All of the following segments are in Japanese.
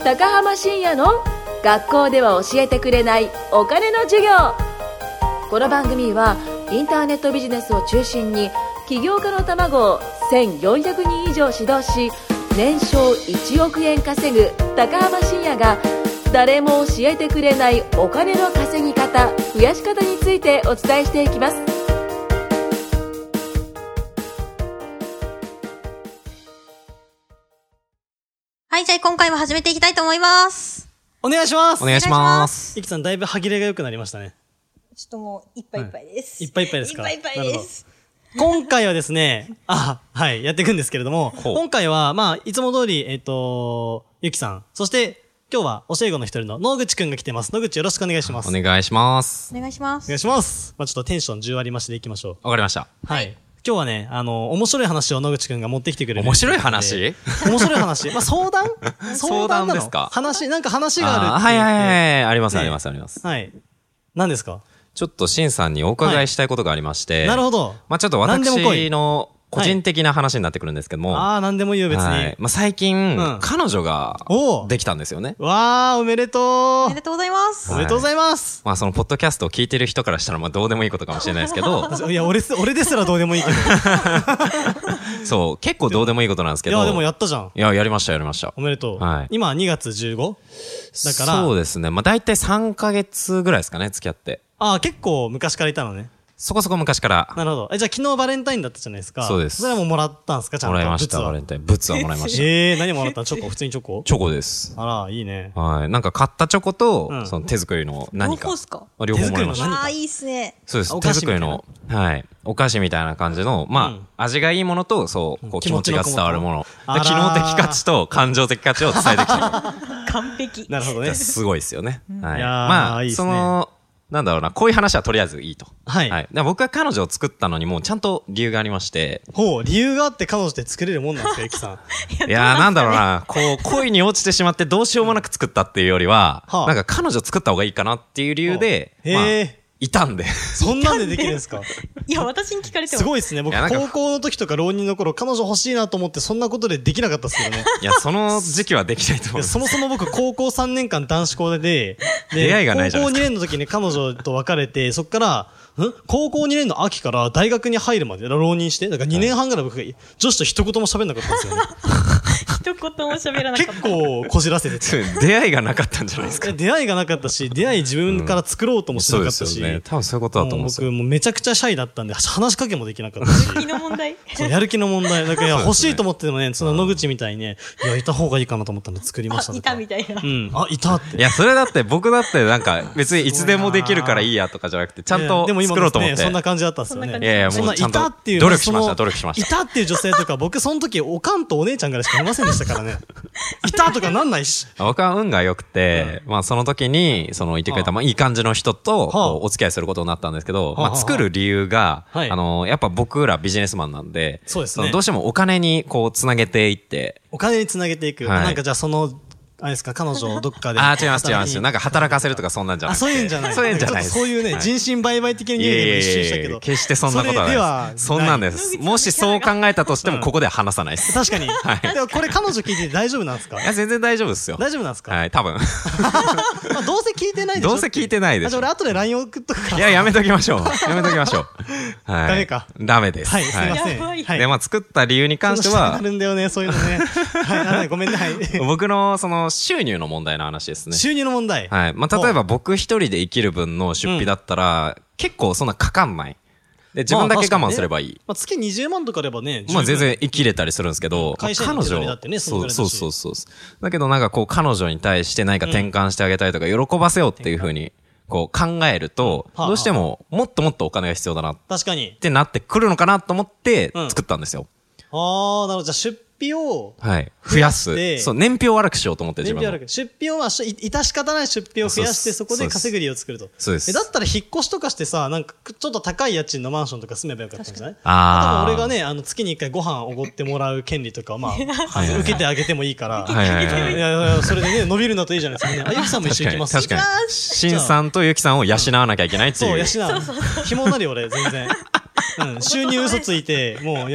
高浜深也の学校では教えてくれないお金の授業。この番組はインターネットビジネスを中心に起業家の卵を1400人以上指導し、年商1億円稼ぐ高浜深也が誰も教えてくれないお金の稼ぎ方、増やし方についてお伝えしていきます。 はい、じゃあ今回も始めていきたいと思います。 お願いします。 お願いします。 ゆきさん、だいぶ歯切れが良くなりましたね。 ちょっともういっぱいいっぱいです。 いっぱいいっぱいですか？ いっぱいいっぱいです。 今回はですね、はい、やっていくんですけれども、今回は、いつも通り、ゆきさん、そして、今日は教え子の一人の野口くんが来てます。野口よろしくお願いします。 お願いします。 お願いします。 お願いします。ちょっとテンション10割増しでいきましょう。 わかりました。 はい。今日はね、面白い話を野口くんが持ってきてくれる。 面白い話？ 面白い話。相談ですか？ なんか話があるって。 はい。あります。 はい。何ですか？ ちょっとシンさんにお伺いしたいことがありまして。 なるほど。 ちょっと私の個人的な話になってくるんですけども。 何でもいいよ別に。 最近、彼女ができたんですよね。 わー、おめでとう。 おめでとうございます。 おめでとうございます。 そのポッドキャストを聞いてる人からしたらどうでもいいことかもしれないですけど。 いや、俺ですらどうでもいいけど。 そう、結構どうでもいいことなんですけど。 いや、でもやったじゃん。 いや、やりました。 おめでとう。 はい。 今2月 15？ だから。 そうですね。だいたい3ヶ月ぐらいですかね、付き合って。 結構昔からいたのね。 そこそこ昔から。 なるほど。じゃあ昨日バレンタインだったじゃないですか。 そうです。 それはもうもらったんですか？ちゃんと。 もらいました、バレンタイン。ブツはもらいました。 何もらったの？チョコ？普通にチョコ？ チョコです。 あら、いいね。 はい。なんか買ったチョコと、その手作りの何か。 両方ですか？ 両方もらいました。 いいっすね。 そうです。手作りの、はい。お菓子みたいな感じの、味がいいものと、気持ちが伝わるもの。機能的価値と感情的価値を伝えてきた。 完璧。 なるほどね。 すごいですよね。 はい。 なんだろうな、こういう話はとりあえずいいと。 はい。 僕が彼女を作ったのにもちゃんと理由がありまして。 理由があって彼女って作れるもんなんですか、ゆきさん。いやー、なんだろうな、恋に落ちてしまってどうしようもなく作ったっていうよりは、なんか彼女作った方がいいかなっていう理由で、いたんで。 そんなんでできるんですか？ いや、私に聞かれても。 すごいですね。僕、高校の時とか浪人の頃、彼女欲しいなと思ってそんなことでできなかったですけどね。 いや、その時期はできないと思う。 そもそも僕、高校3年間男子校で、 出会いがないじゃないですか。 高校2年の時に彼女と別れて、そっから、高校2年の秋から大学に入るまで浪人して、だから2年半ぐらい僕が女子と一言も喋んなかったんですよね。 一言も喋らなかった。 結構こじらせてて。 出会いがなかったんじゃないですか。 出会いがなかったし、出会い自分から作ろうともしなかったし。 そうですよね。多分そういうことだと思うんですよ。 僕もうめちゃくちゃシャイだったんで、話しかけもできなかったし。 やる気の問題？ そう、やる気の問題。だから欲しいと思ってもね、その野口みたいにね、いや、いた方がいいかなと思ったんで作りましたね。 いたみたいな。 いたって。 いや、それだって僕だってなんか別にいつでもできるからいいやとかじゃなくて、ちゃんと作ろうと思って。 そんな感じだったんですよね。 いやいや、もうちゃんと努力しました。 いたっていう女性とか、僕その時おかんとお姉ちゃんぐらいしかいませんでしたからね。いたとかなんないし。 僕は運が良くて、その時に、いてくれた、いい感じの人と、お付き合いすることになったんですけど、作る理由が、やっぱ僕らビジネスマンなんで、 そうですね。 どうしてもお金につなげていって。 お金につなげていく。なんかじゃああれですか、彼女をどっかで。 違います。なんか働かせるとかそんなんじゃない。 そういうんじゃない。 そういうんじゃない。 そういうね、人身売買的に見える一瞬したけど。 決してそんなことはないです。そんなんです。もしそう考えたとしても、ここでは話さないです。 確かに。でもこれ彼女聞いて大丈夫なんですか？ いや、全然大丈夫ですよ。 大丈夫なんですか？ はい、多分。 どうせ聞いてないでしょ？ どうせ聞いてないでしょ。 俺後で LINE 送っとくから。 いや、やめときましょう。はい。 ダメか。 ダメです。 はい、すいません。 で、作った理由に関しては。 あるんだよね、そういうのね。はい、ごめんね、はい。 僕の収入の問題の話ですね。 収入の問題。 はい。例えば僕一人で生きる分の出費だったら、結構そんなかかんない。で、自分だけ我慢すればいい。 月20万とかあればね、 全然生きれたりするんですけど、彼女、そう。だけどなんか彼女に対して何か転換してあげたいとか、喜ばせようっていう風に、考えると、どうしてももっともっとお金が必要だな。 確かに。 ってなってくるのかなと思って作ったんですよ。 なるほど。じゃあ出費を増やす。そう、燃費を悪くしようと思って自分の。 出費を致し方ない出費を増やして、そこで稼ぐ理由を作ると。 そうです。 だったら引っ越しとかしてさ、なんかちょっと高い家賃のマンションとか住めばよかったんじゃない？多分俺がね、月に1回ご飯おごってもらう権利とか、受けてあげてもいいから。いや、それでね、伸びるのといいじゃないですかね。ゆきさんも一緒に行きます。 確かに。しんさんとゆきさんを養わなきゃいけないっていう。 そう、養う。紐なるよ俺、全然。収入嘘ついて、もう、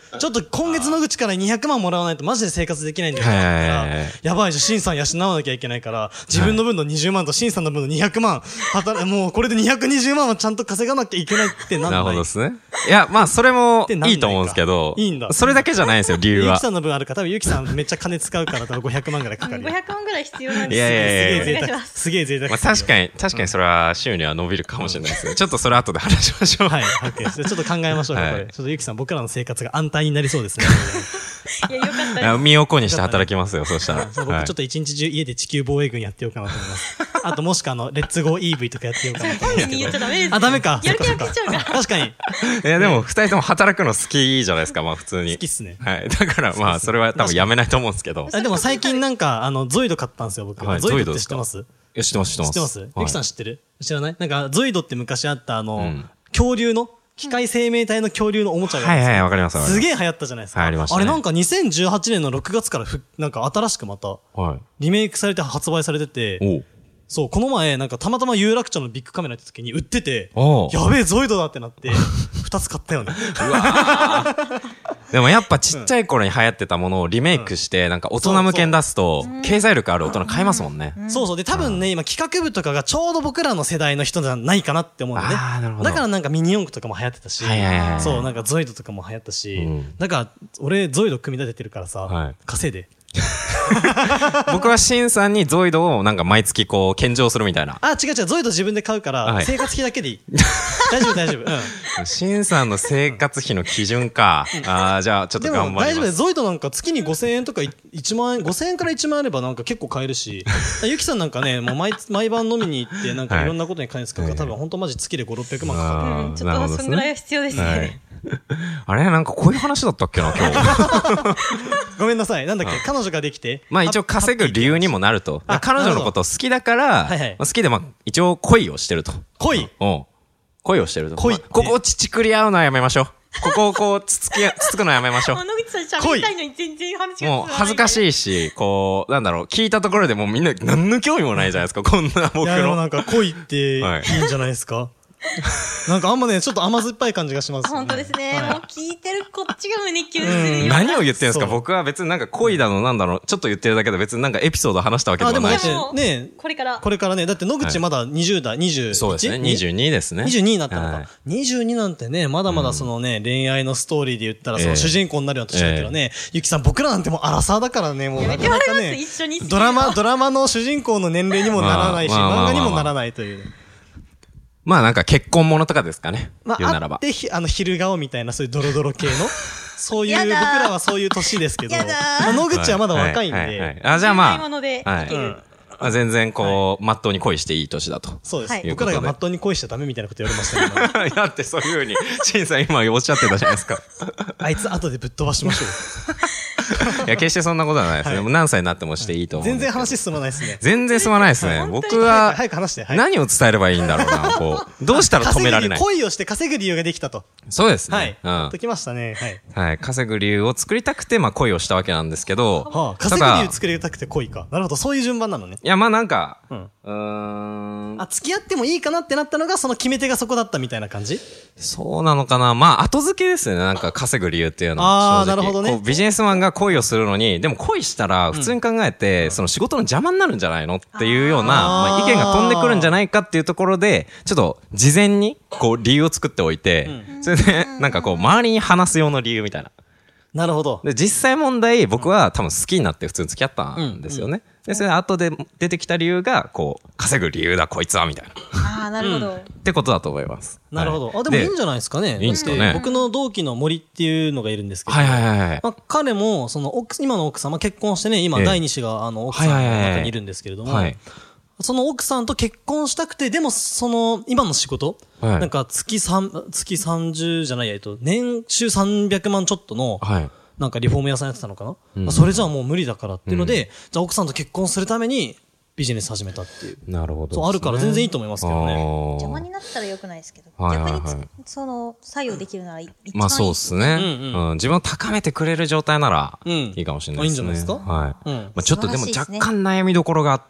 ちょっと今月野口から200万もらわないとマジで生活できないんだからやばいじゃん、シンさん養わなきゃいけないから自分の分の20万とシンさんの分の200万もうこれで220万はちゃんと稼がなきゃいけないってなんだ。 なるほどですね。いや、まあそれもいいと思うんですけど、 いいんだ。 それだけじゃないんですよ、理由は。 ゆきさんの分あるから多分ゆきさんめっちゃ金使うから多分500万ぐらいかかる。 500万ぐらい必要なんです。 いやいやいやすげえ贅沢。 まあ確かにそれは収入は伸びるかもしれないですね。ちょっとそれ後で話しましょう。 はい、OK。ちょっと考えましょうか、これ。ちょっとゆきさん僕らの生活が安泰になりそうですね。 いや、よかったです。 身を粉にして働きますよ、そうしたら。 僕ちょっと一日中家で地球防衛軍やってようかなと思います。あともしくはレッツゴー EV とかやってようかなと思いますけど。 言っちゃダメです。 あ、ダメか。 やる気なくしちゃうから。 確かに。 いや、でも二人とも働くの好きじゃないですか、まあ普通に。 好きっすね。 はい。だからまあそれは多分やめないと思うんですけど。 でも最近なんか、ゾイド買ったんですよ、僕。ゾイドって知ってます？ いや、知ってます。 知ってますゆきさん知ってる？知らない？なんか、ゾイドって昔あった恐竜の機械生命体の恐竜のおもちゃがあるんですよ。 はいはい、わかります。 すげえ流行ったじゃないですか。 流行りました。 あれなんか2018年の6月からなんか新しくまた、リメイクされて発売されてて、そう、この前、なんかたまたま有楽町のビッグカメラ行った時に売ってて、やべえ、ゾイドだってなって、2つ買ったよね。 うわでもやっぱちっちゃい頃に流行ってたものをリメイクして、なんか大人向けに出すと、経済力ある大人買いますもんね。 そうそう。で、多分ね、今企画部とかがちょうど僕らの世代の人じゃないかなって思うんだよね。だからなんかミニ四駆とかも流行ってたし、そう、なんかゾイドとかも流行ったし、だから俺ゾイド組み立ててるからさ、稼いで。 僕はシンさんにゾイドをなんか毎月こう献上するみたいな。 あ、違う違う、ゾイド自分で買うから、生活費だけでいい。大丈夫大丈夫。 シンさんの生活費の基準か。じゃあちょっと頑張ります。 大丈夫です。ゾイドなんか月に5000円とか1万円、5000円から1万円あればなんか結構買えるし、ゆきさんなんかね、もう毎晩飲みに行ってなんかいろんなことに金使うから多分本当マジ月で5、600万かかる。 ちょっとそんぐらいは必要ですね。 あれなんかこういう話だったっけな、今日。 ごめんなさい。なんだっけ、彼女ができて。 まあ一応稼ぐ理由にもなると。彼女のこと好きだから、好きでまあ一応恋をしてると。 恋恋をしてると。ここを乳くり合うのはやめましょう。ここをこうつつくのやめましょう。 野口さん喋りたいのに全然話がもう恥ずかしいし、こう、なんだろう、聞いたところでもうみんな何の興味もないじゃないですか、こんな僕の。いやでもなんか恋っていいんじゃないですか。なんかあんまね、ちょっと甘酸っぱい感じがします。 本当ですね。もう聞いてるこっちが胸キュンするよ。 何を言ってるんですか？僕は別になんか恋だのなんだろう、ちょっと言ってるだけで別になんかエピソード話したわけでもないし。 でもね、これからね、だって野口まだ20代、21？ そうですね、22ですね。 22になったのか。22なんてね、まだまだそのね、恋愛のストーリーで言ったらその主人公になるような年だけどね、ゆきさん僕らなんてもうアラサーだからね、もうなかなかね、ドラマの主人公の年齢にもならないし、漫画にもならないという。 まあなんか結婚ものとかですかね。言うならば。 で、昼顔みたいなそういうドロドロ系の、そういう、僕らはそういう年ですけど、野口はまだ若いんで。 じゃあまあ、全然こう、まっとうに恋していい年だと。 そうです。僕らがまっとうに恋しちゃダメみたいなこと言われましたけど。だってそういうふうに、シンさん今おっしゃってたじゃないですか。 あいつ後でぶっ飛ばしましょう。 いや、決してそんなことはないですね。何歳になってもしていいと思う。 全然話進まないですね。 全然進まないですね。僕は、 早く話して。 何を伝えればいいんだろうな、こう。どうしたら止められない？ 恋をして稼ぐ理由ができたと。 そうですね。 はい。ときましたね。 はい。稼ぐ理由を作りたくて、まあ恋をしたわけなんですけど。 稼ぐ理由作りたくて恋か。なるほど、そういう順番なのね。 いや、まあなんか、 付き合ってもいいかなってなったのが、その決め手がそこだったみたいな感じ？ そうなのかな。まあ、後付けですよね。なんか稼ぐ理由っていうのは。 なるほどね。 ビジネスマンが恋をするのに、でも恋したら普通に考えて、その仕事の邪魔になるんじゃないのっていうような、まあ意見が飛んでくるんじゃないかっていうところで、ちょっと事前にこう理由を作っておいて、それでなんかこう周りに話す用の理由みたいな。 なるほど。 で、実際問題僕は多分好きになって普通に付き合ったんですよね。で、それで後で出てきた理由が、こう、稼ぐ理由だこいつは、みたいな。 なるほど。 ってことだと思います。 なるほど。でもいいんじゃないですかね。 いいんですかね。 僕の同期の森っていうのがいるんですけど。彼も、その、今の奥様、結婚してね、今、第2子が、奥さんの中にいるんですけれども、その奥さんと結婚したくて、でも、その、今の仕事、なんか、月30じゃないや、年収300万ちょっとの、なんかリフォーム屋さんやってたのかな、それじゃあもう無理だからっていうので、じゃあ奥さんと結婚するために、 ビジネス始めたっていう。 なるほど。 そう、あるから全然いいと思いますけどね。 邪魔になったら良くないですけど、逆に作用できるなら一番いい。 まあそうですね。自分を高めてくれる状態ならいいかもしれないですね。 いいんじゃないですか。 はい。まあちょっとでも若干悩みどころがあって、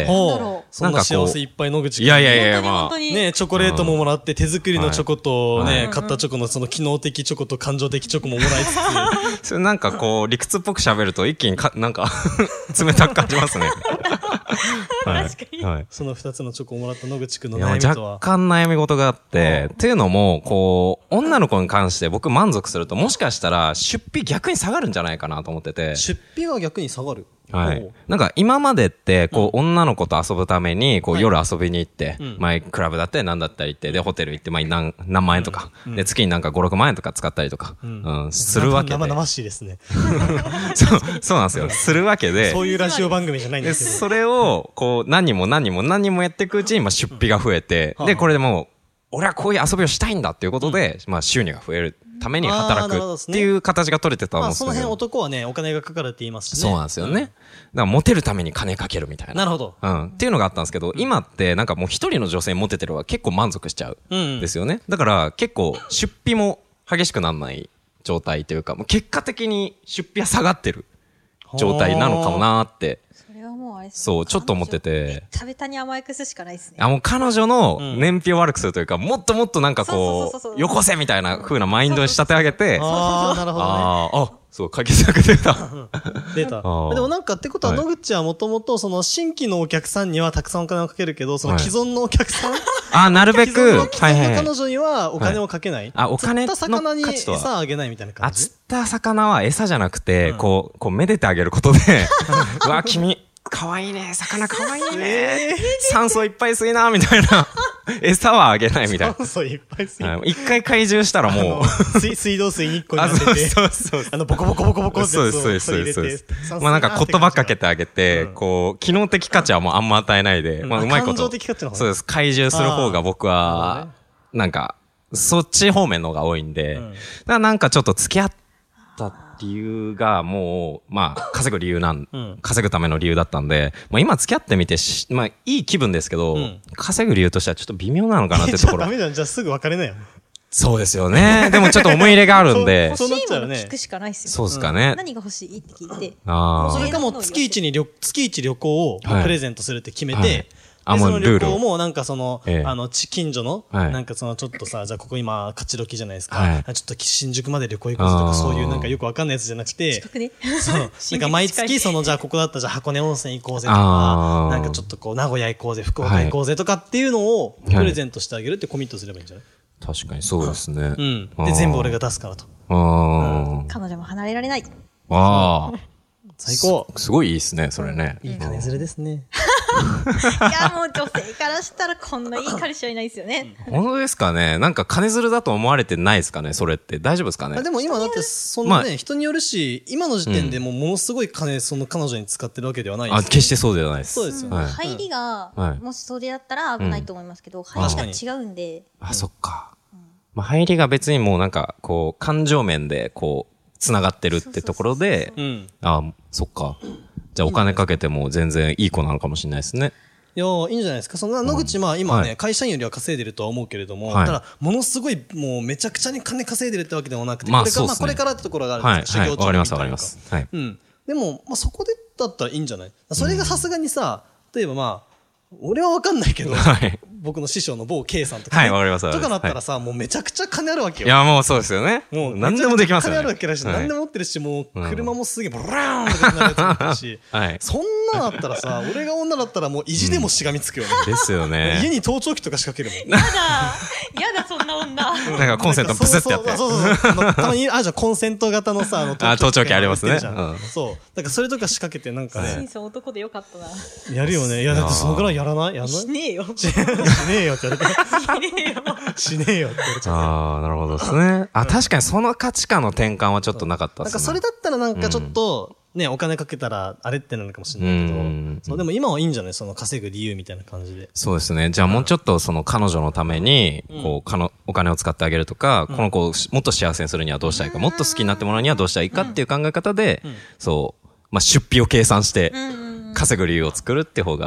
そんな幸せいっぱい野口君。 いや、まあ。 ね、チョコレートももらって手作りのチョコとね、買ったチョコのその機能的チョコと感情的チョコももらいつつ。 それなんかこう、理屈っぽく喋ると一気になんか、冷たく感じますね。 確かに。 その2つのチョコをもらった野口くんの悩みとは。 若干悩み事があって、っていうのも、こう、女の子に関して僕満足すると、もしかしたら出費逆に下がるんじゃないかなと思ってて。 出費は逆に下がる？ はい。なんか今までって、こう、女の子と遊ぶために、こう、夜遊びに行って、クラブだったりなんだったり行って、で、ホテル行って、何万円とか、で、月になんか5、6万円とか使ったりとか、するわけで。 生々しいですね。 そうなんですよ。するわけで。 そういうラジオ番組じゃないんですけど。 それを、こう、何人もやっていくうちに、出費が増えて、で、これでもう、俺はこういう遊びをしたいんだっていうことで、収入が増えるために働くっていう形が取れてたんですけど。 その辺男はね、お金がかかるって言いますしね。 そうなんですよね。だからモテるために金かけるみたいな。 なるほど。 っていうのがあったんですけど、今ってなんかもう一人の女性にモテてるは結構満足しちゃうんですよね。だから結構出費も激しくならない状態というか、もう結果的に出費は下がってる状態なのかもなーって。そう、ちょっと思ってて。 食べたに甘やかすしかないですね。 もう彼女の燃費を悪くするというか、もっともっとなんかこう、よこせみたいな風なマインドに仕立て上げて。 ああ、なるほどね。 そう、解決策出た。 出た。でもなんかってことは野口はもともとその新規のお客さんにはたくさんお金をかけるけど、その既存のお客さんなるべく、 既存の彼女にはお金をかけない。 お金の釣った魚に餌あげないみたいな感じ。 釣った魚は餌じゃなくて、こう、めでてあげることで、うわ、君、かわいいね、魚かわいいね、酸素いっぱい吸いな、みたいな。餌はあげないみたいな。 酸素いっぱい吸い。 一回怪獣したらもう。水道水に1個に当てて。 そう。 ボコボコボコボコって。 そう。まあなんか言葉かけてあげて、こう、機能的価値はもうあんま与えないで、まあうまいこと。 感情的価値の方。 そうです。怪獣する方が僕は、なんか、そっち方面の方が多いんで、だからなんかちょっと付き合った理由がもう、まあ、稼ぐための理由だったんで、まあ今付き合ってみてまあいい気分ですけど、稼ぐ理由としてはちょっと微妙なのかなってところ。 ダメじゃん、じゃあすぐ別れなよ。 そうですよね。でもちょっと思い入れがあるんで。 そうなっちゃうね。聞くしかないっすよ。 そうですかね。 何が欲しいって聞いて。 それかも月一旅行をプレゼントするって決めて、 もうルールをもうなんかその、近所の、なんかそのちょっとさ、じゃあここ今、勝ち時じゃないですか。ちょっと新宿まで旅行行こうとか、そういうなんかよくわかんないやつじゃなくて、そう。なんか毎月その、じゃあここだったらじゃあ箱根温泉行こうぜとか、なんかちょっとこう、名古屋行こうぜ、福岡行こうぜとかっていうのをプレゼントしてあげるってコミットすればいいんじゃない？ 確かにそうですね。 で、全部俺が出すからと。 彼女も離れられない。 最高。 すごいいいですね、それね。 いい金づれですね。 いや、もう女性からしたらこんないい彼氏はいないですよね。 本当ですかね。なんか金づるだと思われてないですかね、それって。大丈夫ですかね。 でも今だってそんなね、人によるし、今の時点でもものすごい金、その彼女に使ってるわけではないです。 決してそうではないです。 そうですよ。 入りが、もしそれだったら危ないと思いますけど、入りが違うんで。 そっか。まあ入りが別にもうなんか、こう、感情面で、こう、繋がってるってところで、そっか。じゃあお金かけても全然いい子なのかもしれないですね。 いやいいんじゃないですか。そんな野口、まあ今ね、会社員よりは稼いでるとは思うけれども、ただ、ものすごい、もうめちゃくちゃに金稼いでるってわけでもなくて、これからってところがあるんですか、修行中。 わかります、わかります。はい。 でも、まあそこでだったらいいんじゃない？それがさすがにさ、例えばまあ、俺はわかんないけど、僕の師匠の某 K さんとか、 はい、わかります。 とかなったらさ、もうめちゃくちゃ金あるわけよ。 いや、もうそうですよね。 もう何でもできますよね。 金あるわけだし、何でも持ってるし、もう車もすげえブラーンとかなるやつもあるし、そんなだったらさ、俺が女だったらもう意地でもしがみつくよね。 ですよね。 家に盗聴器とか仕掛けるもん。 やだ、そんな女。 なんかコンセントブスってやって。 そう。たまに、じゃあコンセント型のさ、 盗聴器ありますね。 そう。だからそれとか仕掛けてなんかね。 人生男でよかったな。 やるよね。いや、だってそのぐらいやらないしねえよ。 しねえよって言われて。しねえよって言われちゃう。 なるほどですね。確かにその価値観の転換はちょっとなかったですね。 なんかそれだったらなんかちょっと、ね、お金かけたらあれってなるかもしれないけど、そうでも今はいいんじゃない？その稼ぐ理由みたいな感じで。 そうですね。じゃあもうちょっとその彼女のために、こう、お金を使ってあげるとか、この子をもっと幸せにするにはどうしたらいいか、もっと好きになってもらうにはどうしたらいいかっていう考え方で、そう、まあ出費を計算して、稼ぐ理由を作るって方が、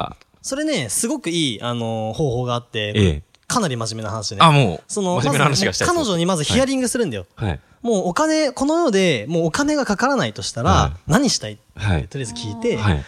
それね、すごくいい、方法があって、かなり真面目な話でね。 もう、真面目な話がしたい。 彼女にまずヒアリングするんだよ。はい。もうこの世で、もうお金がかからないとしたら、何したいって、とりあえず聞いて、はい。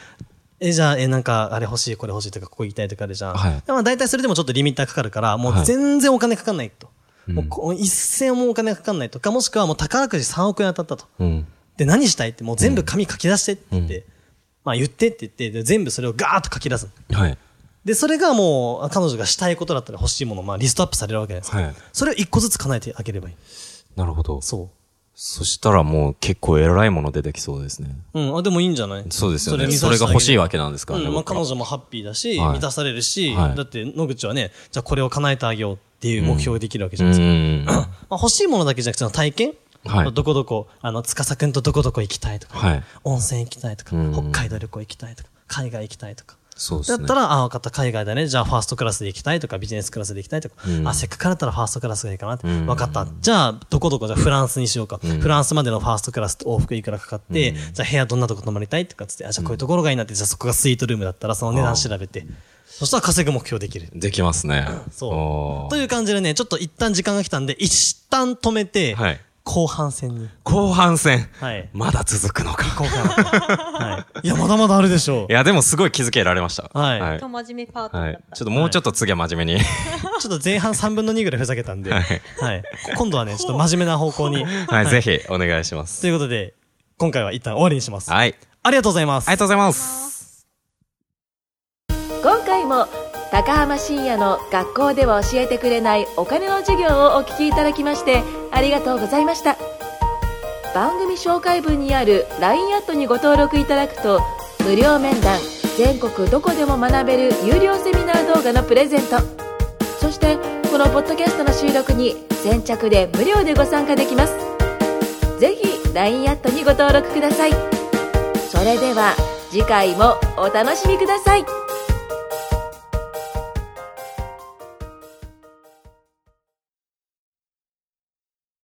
じゃあ、なんか、あれ欲しい、これ欲しいとか、ここ行きたいとかあるじゃん。はい。でも大体それでもちょっとリミッターかかるから、もう全然お金かかんないと。もう一銭もお金かかんないとか、もしくはもう宝くじ3億円当たったと。で、何したいって、もう全部紙書き出してって言って、まあ言ってって言って、全部それをガーッと書き出す。はい。で、それがもう、彼女がしたいことだったら欲しいもの、まあリストアップされるわけです。はい。それを一個ずつ叶えてあげればいい。 なるほど。 そう。 そしたらもう結構偉いもの出てきそうですね。 でもいいんじゃない？ そうですよね。それが欲しいわけなんですからね。 まあ彼女もハッピーだし、満たされるし、だって野口はね、じゃあこれを叶えてあげようっていう目標ができるわけじゃないですか。まあ欲しいものだけじゃなくて、その体験？はい。どこどこ、司くんとどこどこ行きたいとか、はい。温泉行きたいとか、北海道旅行行きたいとか、海外行きたいとか。 そうですね。 だったら、分かった、海外だね。じゃあ、ファーストクラスで行きたいとか、ビジネスクラスで行きたいとか、せっかくだったらファーストクラスがいいかなって。分かった。じゃあ、どこどこ、じゃあフランスにしようか。フランスまでのファーストクラスと往復いくらかかって、じゃあ部屋どんなとこ泊まりたいとかつって、じゃあこういうところがいいなって、じゃあそこがスイートルームだったら、その値段調べて。そしたら稼ぐ目標できる。 できますね。 そう。という感じでね、ちょっと一旦時間が来たんで、一旦止めて、はい。後半戦に。 後半戦。はい。まだ続くのか。 後半戦。はい。いや、まだまだあるでしょう。 いや、でもすごい気づけられました。 はい。真面目パート。はい。 ちょっともうちょっと次は真面目に。 ちょっと前半3分の2ぐらいふざけたんで。はい。はい。今度はね、ちょっと真面目な方向に。 はい、ぜひお願いします。 ということで、今回は一旦終わりにします。 はい。 ありがとうございます。 ありがとうございます。 今回も、高浜深也の学校では教えてくれないお金の授業をお聞きいただきましてありがとうございました。番組紹介文にある LINE アットにご登録いただくと無料面談、全国どこでも学べる有料セミナー動画のプレゼント、そしてこのポッドキャストの収録に先着で無料でご参加できます。ぜひ LINE アットにご登録ください。それでは次回もお楽しみください。